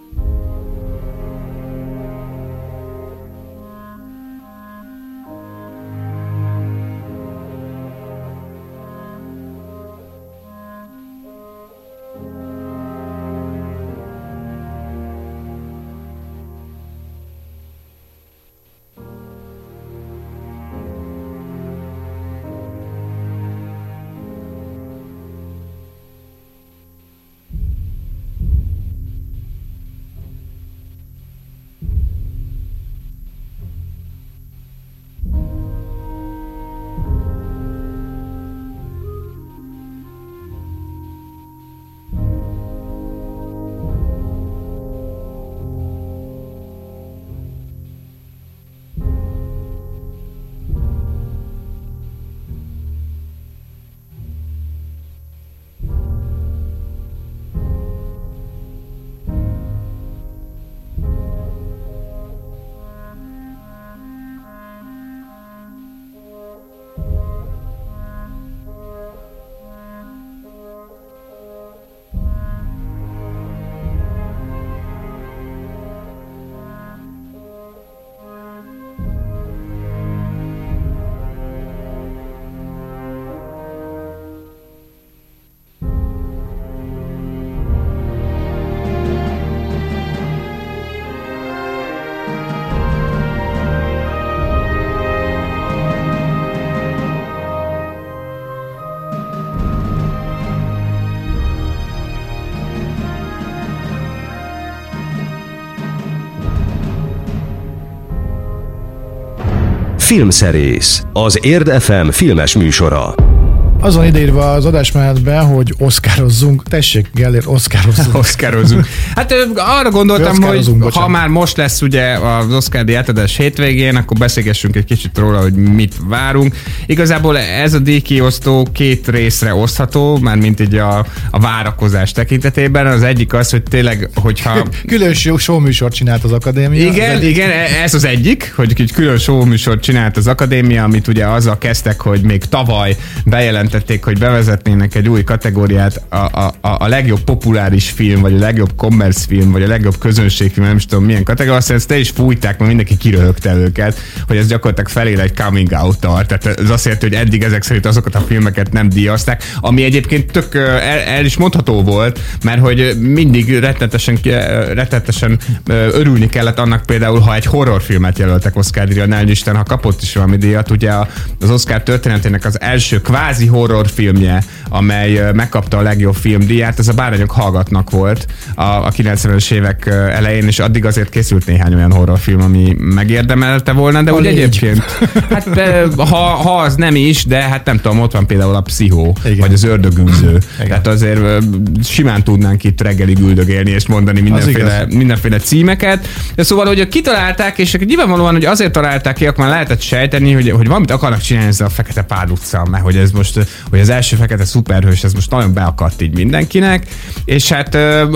Filmszerész, az Érd ef em filmes műsora. Azon ideírva az adásmenetben, hogy oszkározzunk. Tessék, Gellért, oszkározzunk. Oszkározzunk. Hát arra gondoltam, hogy bocsánat. ha már most lesz ugye az Oscar-díj átadás hétvégén, akkor beszélgessünk egy kicsit róla, hogy mit várunk. Igazából ez a díjkiosztó két részre osztható, már mint így a, a várakozás tekintetében. Az egyik az, hogy tényleg, hogyha... Külön show műsort csinált az akadémia. Igen, az igen, ez az egyik, hogy egy külön show műsort csinált az akadémia, amit ugye azzal kezdtek, hogy még tavaly bejelentették, hogy bevezetnének egy új kategóriát, a, a, a legjobb populáris film, vagy a legjobb commerce film, vagy a legjobb közönségfilm, nem is tudom milyen kategória, azt ezt te is fújták, mert mindenki kiröhögte őket, hogy ez gyakorlatilag felér egy coming out-tal. Tehát ez azt jelenti, hogy eddig ezek szerint azokat a filmeket nem díjazták, ami egyébként tök el, el is mondható volt, mert hogy mindig rettenetesen, rettenetesen örülni kellett annak például, ha egy horrorfilmet jelöltek Oscar-díjra, ne Isten, ha kapott is valami díjat. Ugye az Oscar történetének az első kvázi horrorfilmje, amely megkapta a legjobb filmdíját, ez a Bárányok hallgatnak volt a, a kilencvenes évek elején, és addig azért készült néhány olyan horrorfilm, ami megérdemelte volna, de a úgy légy. Egyébként, hát ha, ha az nem is, de hát nem tudom, ott van például a Pszichó, igen, vagy az Ördögűző. Tehát azért simán tudnánk itt reggelig üldögélni és mondani mindenféle, mindenféle címeket. De szóval, hogy kitalálták, és nyilvánvalóan, hogy azért találták ki, akkor már lehetett sejteni, hogy, hogy valamit akarnak csinálni ezzel a Fekete Pál utcán, mert hogy ez most hogy az első fekete szuperhős, ez most nagyon beakadt így mindenkinek, és hát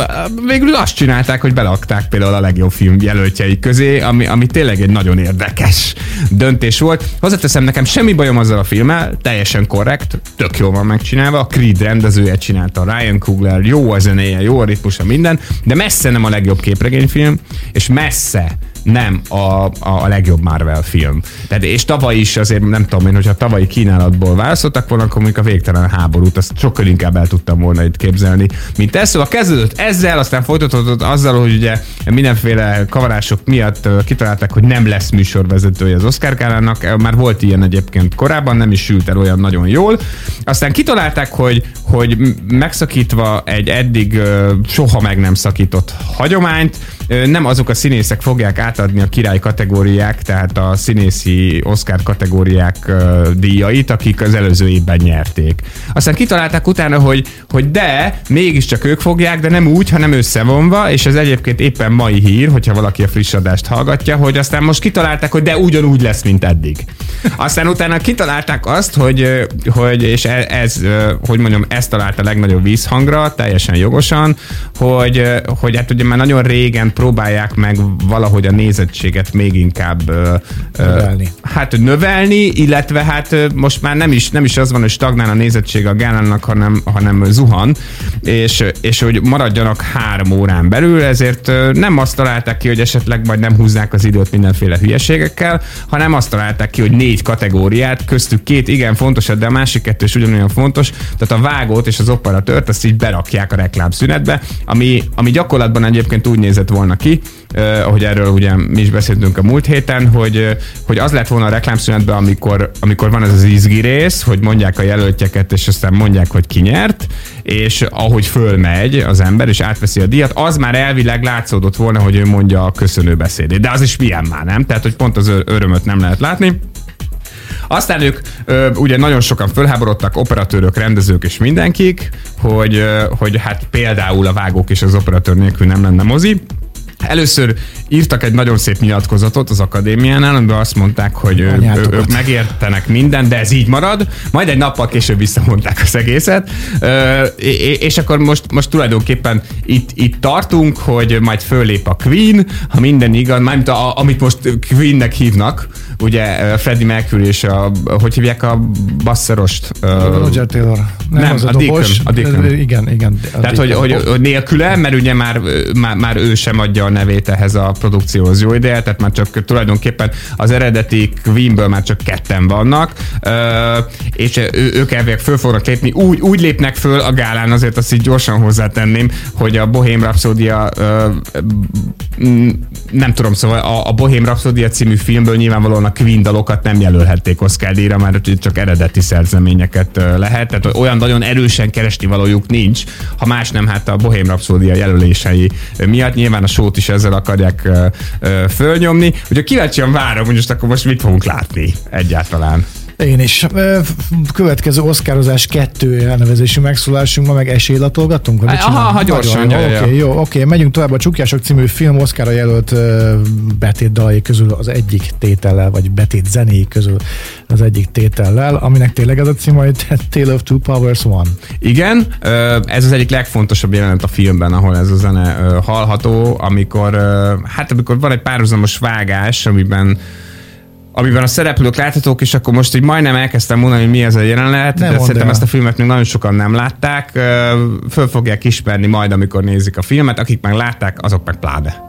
végül azt csinálták, hogy belakták például a legjobb film jelöltjei közé, ami, ami tényleg egy nagyon érdekes döntés volt. Hozzáteszem, nekem semmi bajom azzal a filmmel, teljesen korrekt, tök jól van megcsinálva, a Creed rendezője csinálta, Ryan Coogler, jó a zenéje, jó a ritmusa, minden, de messze nem a legjobb képregényfilm, és messze nem a, a, a legjobb Marvel film. Tehát, és tavaly is azért nem tudom én, hogyha tavalyi kínálatból választottak volna, akkor mondjuk a Végtelen háborút, azt sokkal inkább el tudtam volna itt képzelni, mint ez. Szóval kezdődött ezzel, aztán folytatódott azzal, hogy ugye mindenféle kavarások miatt kitalálták, hogy nem lesz műsorvezetője az Oscar gálának. Már volt ilyen egyébként korábban, nem is sült el olyan nagyon jól. Aztán kitalálták, hogy, hogy megszakítva egy eddig soha meg nem szakított hagyományt, nem azok a színészek fogják átadni a király kategóriák, tehát a színészi Oscar kategóriák uh, díjait, akik az előző évben nyerték. Aztán kitalálták utána, hogy, hogy de, mégiscsak ők fogják, de nem úgy, hanem összevonva, és ez egyébként éppen mai hír, hogyha valaki a friss adást hallgatja, hogy aztán most kitalálták, hogy de ugyanúgy lesz, mint eddig. Aztán utána kitalálták azt, hogy, hogy és ez, hogy mondjam, ezt találta a legnagyobb vízhangra, teljesen jogosan, hogy, hogy hát ugye már nagyon régen próbálják meg valahogy a nézettséget még inkább növelni. Hát növelni, illetve hát most már nem is, nem is az van, hogy stagnál a nézettség a gálának, hanem, hanem zuhan, és, és hogy maradjanak három órán belül, ezért nem azt találták ki, hogy esetleg majd nem húznák az időt mindenféle hülyeségekkel, hanem azt találták ki, hogy négy kategóriát, köztük két igen fontos, de a másik kettő is ugyanolyan fontos, tehát a vágót és az operatőrt azt így berakják a reklámszünetbe, ami, ami gyakorlatban egyébként úgy nézett volna ki, Uh, ahogy erről ugye mi is beszéltünk a múlt héten, hogy, uh, hogy az lett volna a reklámszünetben, amikor, amikor van ez az izgi rész, hogy mondják a jelöltjeket, és aztán mondják, hogy ki nyert, és ahogy fölmegy az ember, és átveszi a díjat, az már elvileg látszódott volna, hogy ő mondja a köszönő beszédét. De az is milyen már, nem? Tehát, hogy pont az örömöt nem lehet látni. Aztán ők ö, ugye nagyon sokan fölháborodtak, operatőrök, rendezők és mindenkik, hogy, ö, hogy hát például a vágók és az operatőr nélkül nem lenne mozi. Először írtak egy nagyon szép nyilatkozatot az akadémiánál, amiben azt mondták, hogy ő, ő, ők megértenek mindent, de ez így marad. Majd egy nappal később visszamondták az egészet. És akkor most, most tulajdonképpen itt, itt tartunk, hogy majd föllép a Queen, ha minden igaz, mármint a, amit most Queennek hívnak, ugye Freddie Mercury és a, hogy hívják a basszerost? Roger Taylor. Nem, nem az a, a dobos. Deacon. A Deacon. Igen, igen. Tehát, hogy, hogy, hogy nélküle, mert ugye már, már, már ő sem adja a nevét ehhez a produkcióhoz jó ideje, tehát már csak tulajdonképpen az eredeti Queenből már csak ketten vannak, és ő, ők elvileg föl fognak lépni. Úgy, úgy lépnek föl a gálán, azért azt így gyorsan hozzátenném, hogy a Bohém Rhapsodia nem tudom, szóval a, a Bohém Rhapsodia című filmből nyilvánvalóan a Queen dalokat nem jelölhették Oscar-díjra, mert csak eredeti szerzeményeket lehet, tehát olyan nagyon erősen keresni valójuk nincs, ha más nem, hát a Bohém Rhapsodia jelölései miatt nyilván a sót is ezzel akarják ö, ö, fölnyomni. Úgyhogy kíváncsian várom, hogy most akkor most mit fogunk látni egyáltalán. Én is. Következő oszkározás kettő elnevezésű megszólásunk, ma meg esélylatolgatunk? Vagy Aha, ha gyorsan. Oké, okay, jó, oké. Okay. Megyünk tovább. A Csukjások című film Oscarra jelölt uh, betét dalai közül az egyik tétellel, vagy betét zenéi közül az egyik tétellel, aminek tényleg ez a cím, hogy Tale of Two Powers One. Igen, ez az egyik legfontosabb jelenet a filmben, ahol ez a zene hallható, amikor, hát amikor van egy párhuzamos vágás, amiben amiben a szereplők láthatók, és akkor most így majdnem elkezdtem mondani, hogy mi ez a jelenet, de szerintem ezt a filmet még nagyon sokan nem látták. Föl fogják ismerni majd, amikor nézik a filmet, akik meg látták, azok meg pláne.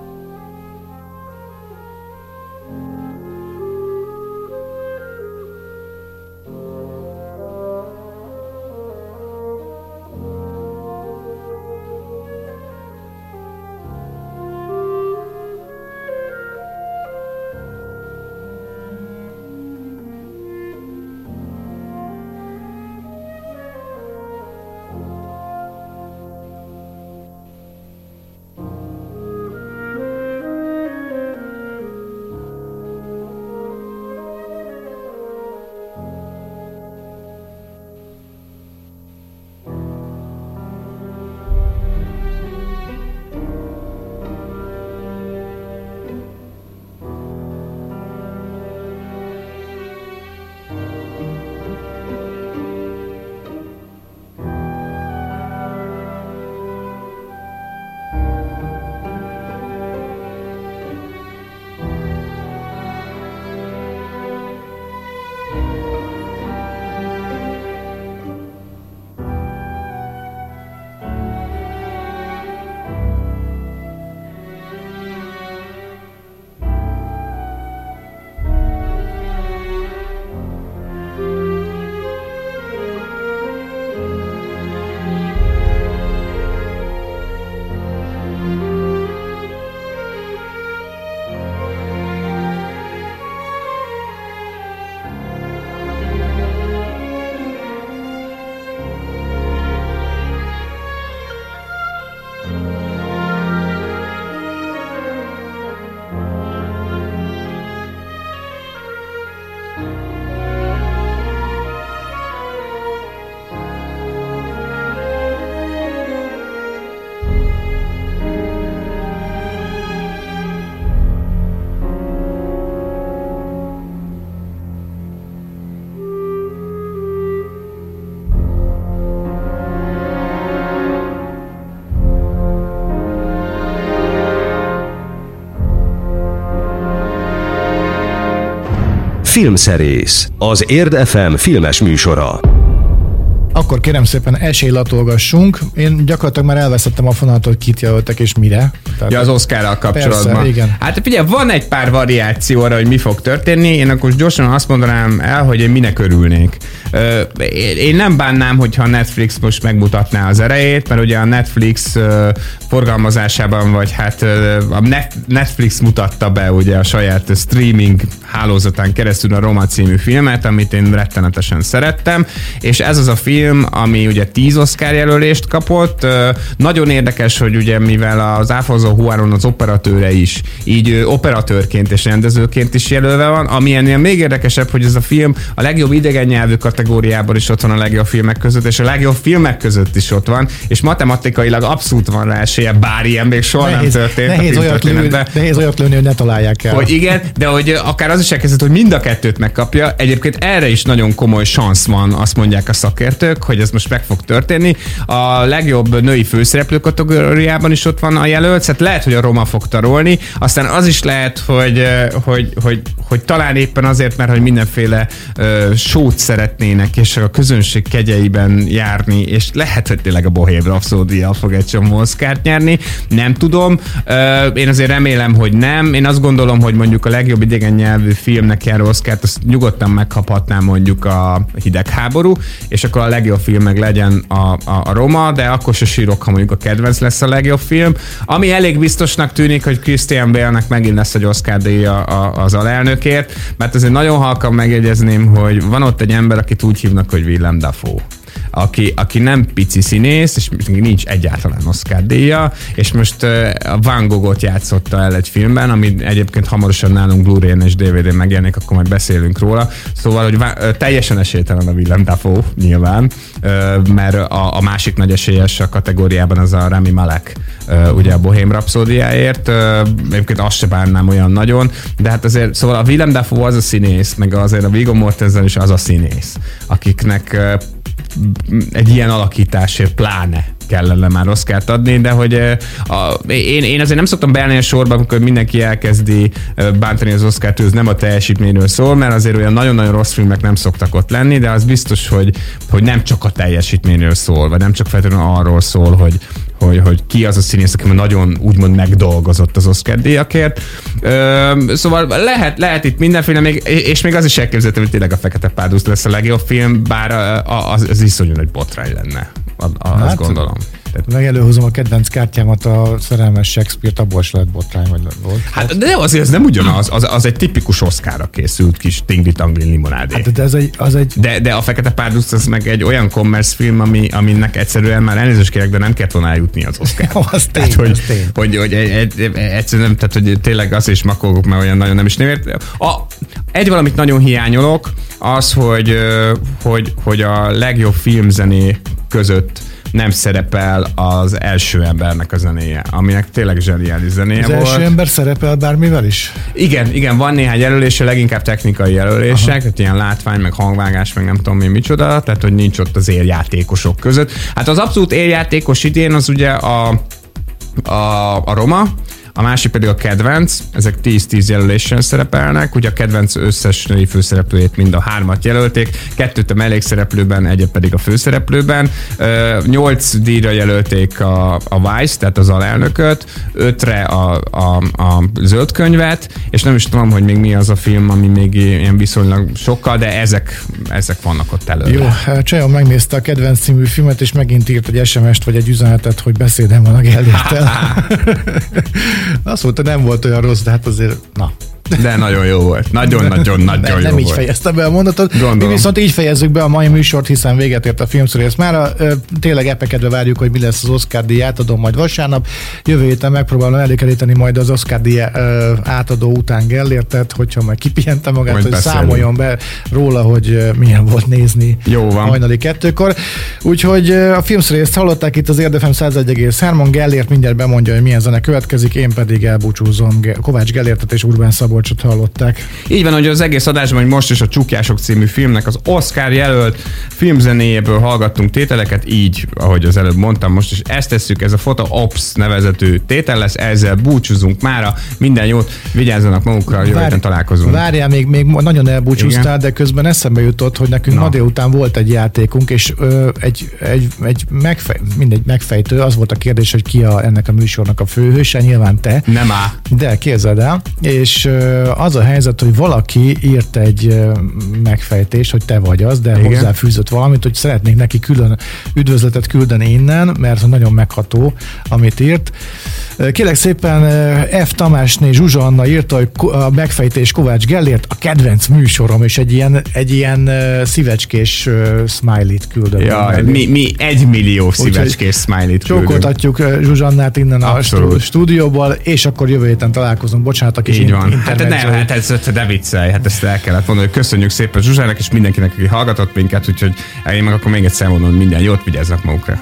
Filmszerész, az Érd ef em filmes műsora. Akkor kérem szépen esélylatolgassunk. Én gyakorlatilag már elveszettem a fonalat, hogy kit jelöltek és mire. Tehát ja, az Oscarral kapcsolatban. Persze, igen. Hát ugye van egy pár variáció arra, hogy mi fog történni. Én akkor gyorsan azt mondanám el, hogy én minek örülnék. Én nem bánnám, hogyha a Netflix most megmutatná az erejét, mert ugye a Netflix forgalmazásában, vagy hát a Netflix mutatta be ugye a saját streaming hálózatán keresztül a Roma című filmet, amit én rettenetesen szerettem, és ez az a film, ami ugye tíz Oscar jelölést kapott. Nagyon érdekes, hogy ugye mivel az Alfonso Cuarón az operatőre is, így operatőrként és rendezőként is jelölve van, ami ennél még érdekesebb, hogy ez a film a legjobb idegen nyelvű kategóriában is ott van a legjobb filmek között, és a legjobb filmek között is ott van, és matematikailag abszolút van rá esélye, bár ilyen még soha nehéz, nem történt nehéz a olyat lőni, nehéz olyat lőni, hogy ne találják el. Hogy igen, de hogy akár az is elkezdett, hogy mind a kettőt megkapja. Egyébként erre is nagyon komoly szansz van, azt mondják a szakértők, hogy ez most meg fog történni. A legjobb női főszereplő kategóriában is ott van a jelölt, szóval lehet, hogy a Roma fog tarolni, aztán az is lehet, hogy, hogy, hogy, hogy talán éppen azért, mert hogy mindenféle uh, sót szeretnének, és a közönség kegyeiben járni, és lehet, hogy tényleg a Bohém Rhapsody-jal fog egy csomó Oscart nyerni. Nem tudom. Uh, én azért remélem, hogy nem. Én azt gondolom, hogy mondjuk a legjobb idegen nyelvű filmnek járó Oscart, azt nyugodtan megkaphatná mondjuk a Hidegháború, és akkor a legjobb film meg legyen a, a, a Roma, de akkor se sírok, ha mondjuk a Kedvenc lesz a legjobb film. Ami elég biztosnak tűnik, hogy Christian Bale-nek megint lesz egy Oscar-díja az alelnökért, mert azért nagyon halkan megjegyezném, hogy van ott egy ember, akit úgy hívnak, hogy Willem Dafoe. Aki, aki nem pici színész, és nincs egyáltalán Oscar-díja, és most uh, a Van Goghot játszotta el egy filmben, ami egyébként hamarosan nálunk Blu-ray-n és dé vé dén megjelenik, akkor majd beszélünk róla. Szóval, hogy uh, teljesen esélytelen a Willem Dafoe, nyilván, uh, mert a, a másik nagy esélyes a kategóriában az a Rami Malek, uh, ugye a Bohém Rhapsody-áért. Uh, egyébként azt se bánnám olyan nagyon, de hát azért, szóval a Willem Dafoe az a színész, meg azért a Viggo Mortensen is az a színész, akiknek uh, egy ilyen alakításért pláne kellene már Oscart adni, de hogy a, én, én azért nem szoktam beállni a sorba, amikor mindenki elkezdi bántani az Oscart, hogy ez nem a teljesítményről szól, mert azért olyan nagyon-nagyon rossz filmek nem szoktak ott lenni, de az biztos, hogy, hogy nem csak a teljesítményről szól, vagy nem csak feltétlenül arról szól, hogy, hogy, hogy ki az a színész, aki nagyon úgymond megdolgozott az Oscar-díjakért. Szóval lehet, lehet itt mindenféle, még, és még az is elképzelhető, hogy tényleg a Fekete Párduc lesz a legjobb film, bár az, az iszonyú nagy botrány lenne. Azt hát, gondolom. Meg előhozom a kedvenc kártyámat, a Szerelmes Shakespeare-t, abból se lett botrány, vagy volt. Hát de azért ez nem ugyanaz, az, az egy tipikus Oscarra készült kis tingli-tangli limonádé. Hát, de, ez egy, az egy... De, de a Fekete Párduc az meg egy olyan commerce film, ami, aminek egyszerűen már elnézést kérek, de nem kellett volna eljutni az Oscar. az tény, tehát, hogy, az tény. Hogy, hogy egy, egy, egyszerűen, tehát hogy tényleg az is makogok, mert olyan nagyon nem is névért. A, egy valamit nagyon hiányolok, az, hogy, hogy, hogy a legjobb filmzené között nem szerepel az Első embernek a zenéje, aminek tényleg zseniális zenéje az volt. Az Első ember szerepel bármivel is? Igen, igen, van néhány jelölése, leginkább technikai jelölések, tehát ilyen látvány, meg hangvágás, meg nem tudom mi micsoda, tehát hogy nincs ott az éljátékosok között. Hát az abszolút éljátékos idén az ugye a, a, a Roma, a másik pedig a Kedvenc, ezek tíz-tíz jelölésen szerepelnek, ugye a Kedvenc összes női főszereplőjét mind a hármat jelölték, kettőt a mellékszereplőben, egyet pedig a főszereplőben, nyolc díjra jelölték a, a Vice, tehát az alelnököt, ötre a, a, a Zöld könyvet, és nem is tudom, hogy még mi az a film, ami még ilyen viszonylag sokkal, de ezek, ezek vannak ott előre. Jó, Csajom megnézte a Kedvenc című filmet, és megint írt egy es em est, vagy egy üzenetet, hogy beszédem van a Gellérttel. Azt mondta, nem volt olyan rossz, de hát azért, na. De nagyon jó volt. Nagyon-nagyon-nagyon jó nem volt. Nem így fejezte be a mondatot. Gondolom. Mi viszont így fejezzük be a mai műsort, hiszen véget ért a filmszerész. Mára tényleg epekedve várjuk, hogy mi lesz az Oscar-díj átadó majd vasárnap. Jövő héten megpróbálom előkeríteni majd az Oscar-díj átadó után Gellértet, hogyha majd kipihente magát, majd hogy beszélünk. Számoljon be róla, hogy milyen volt nézni jó van. hajnali kettőkor. Úgyhogy a filmszerészt hallották itt az Érd ef em száz egy egész három. Gellért mindjárt bemondja, hogy milyen zene következik, én pedig elbúcsúzom Kovács Gellértet és Urbán Szabó Szabolcsot hallották. Így van, hogy az egész adásban, hogy most is a Csukjások című filmnek az Oscar jelölt filmzenéjéből hallgattunk tételeket, így, ahogy az előbb mondtam, most is ezt tesszük, ez a Photo Ops nevezetű tétel lesz, ezzel búcsúzunk mára, minden jót, vigyázzanak magukra, jövő héten találkozunk. Várjál, még, még nagyon elbúcsúztál, igen, de közben eszembe jutott, hogy nekünk ma délután volt egy játékunk, és ö, egy, egy, egy megfej, mindegy megfejtő, az volt a kérdés, hogy ki a, ennek a műsornak a főhőse, nyilván te. Nem áll. De képzeld el, és ö, az a helyzet, hogy valaki írt egy ö, megfejtést, hogy te vagy az, de igen, hozzáfűzött valamit, hogy szeretnék neki külön üdvözletet küldeni innen, mert nagyon megható, amit írt. Kérlek szépen F. Tamásné Zsuzsa Anna írta, hogy a megfejtés Kovács Gellért a kedvenc műsorom, és egy ilyen, egy ilyen szívecskés smiley-t küldöm. Ja, mi, mi egy millió szívecskés smiley-t küldöm. Csókoltatjuk Zsuzsannát innen abszolút a stúdióból, és akkor jövő héten találkozunk. Bocsánat, a kis így van. Hát nem, hát ez, de viccelj, hát ezt el kellett mondani, hogy köszönjük szépen Zsuzsának, és mindenkinek, aki hallgatott minket, úgyhogy én meg akkor még egyszer mondom, hogy minden jót, vigyázzanak magukra.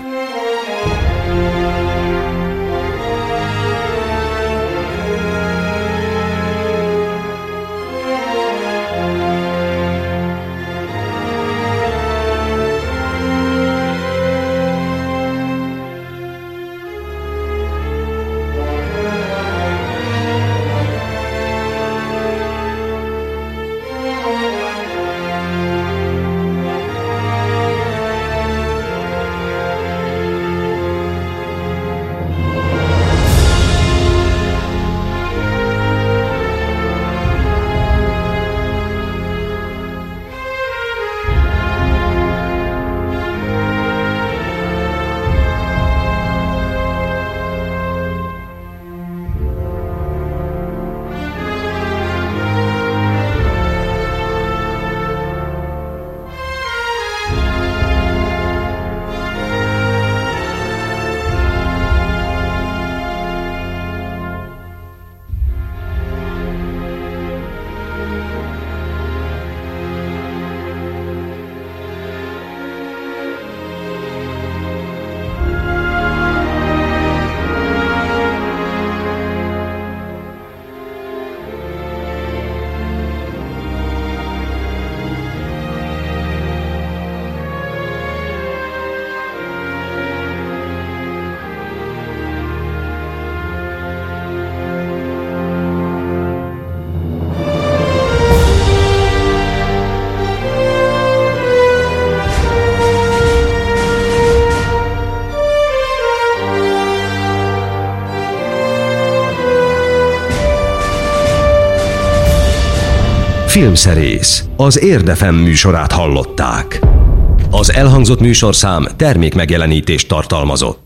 Filmszerész, az Érd ef em műsorát hallották. Az elhangzott műsorszám termék megjelenítést tartalmazott.